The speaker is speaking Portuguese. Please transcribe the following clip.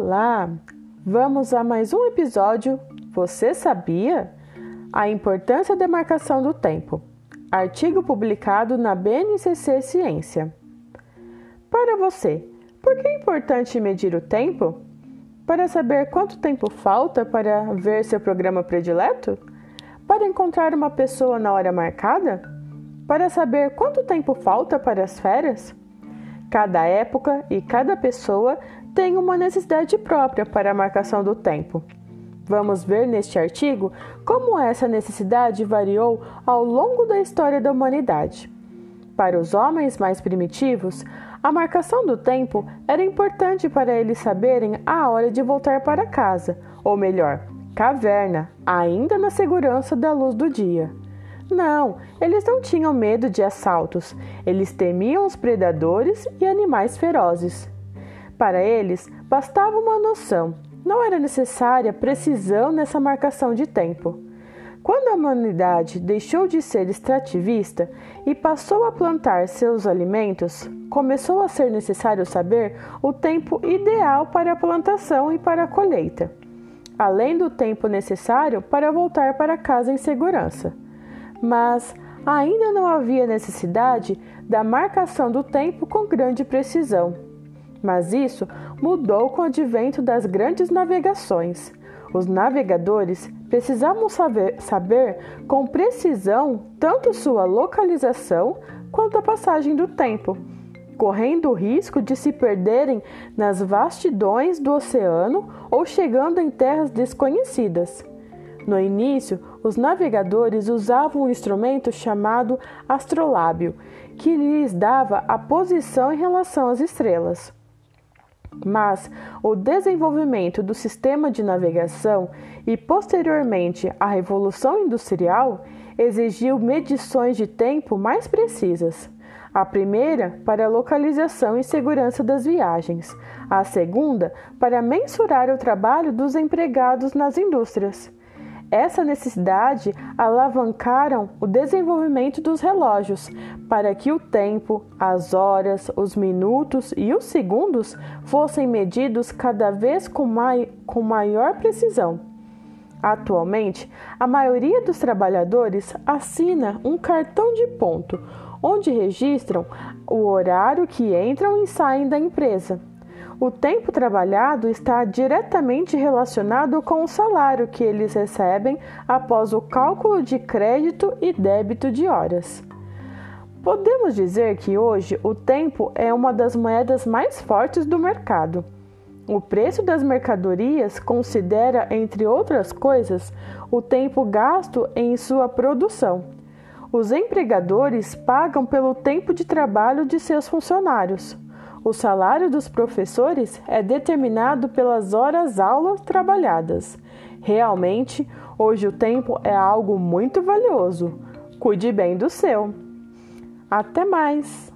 Olá! Vamos a mais um episódio. Você sabia? A importância da marcação do tempo. Artigo publicado na BNCC Ciência. Para você, por que é importante medir o tempo? Para saber quanto tempo falta para ver seu programa predileto? Para encontrar uma pessoa na hora marcada? Para saber quanto tempo falta para as férias? Cada época e cada pessoa tem uma necessidade própria para a marcação do tempo. Vamos ver neste artigo como essa necessidade variou ao longo da história da humanidade. Para os homens mais primitivos, a marcação do tempo era importante para eles saberem a hora de voltar para casa, ou melhor, caverna, ainda na segurança da luz do dia. Não, eles não tinham medo de assaltos, eles temiam os predadores e animais ferozes. Para eles, bastava uma noção, não era necessária precisão nessa marcação de tempo. Quando a humanidade deixou de ser extrativista e passou a plantar seus alimentos, começou a ser necessário saber o tempo ideal para a plantação e para a colheita, além do tempo necessário para voltar para casa em segurança. Mas ainda não havia necessidade da marcação do tempo com grande precisão. Mas isso mudou com o advento das grandes navegações. Os navegadores precisavam saber com precisão tanto sua localização quanto a passagem do tempo, correndo o risco de se perderem nas vastidões do oceano ou chegando em terras desconhecidas. No início, os navegadores usavam um instrumento chamado astrolábio, que lhes dava a posição em relação às estrelas. Mas o desenvolvimento do sistema de navegação e, posteriormente, a Revolução Industrial exigiu medições de tempo mais precisas. A primeira para a localização e segurança das viagens, a segunda para mensurar o trabalho dos empregados nas indústrias. Essa necessidade alavancaram o desenvolvimento dos relógios para que o tempo, as horas, os minutos e os segundos fossem medidos cada vez com maior precisão. Atualmente, a maioria dos trabalhadores assina um cartão de ponto, onde registram o horário que entram e saem da empresa. O tempo trabalhado está diretamente relacionado com o salário que eles recebem após o cálculo de crédito e débito de horas. Podemos dizer que hoje o tempo é uma das moedas mais fortes do mercado. O preço das mercadorias considera, entre outras coisas, o tempo gasto em sua produção. Os empregadores pagam pelo tempo de trabalho de seus funcionários. O salário dos professores é determinado pelas horas-aula trabalhadas. Realmente, hoje o tempo é algo muito valioso. Cuide bem do seu. Até mais!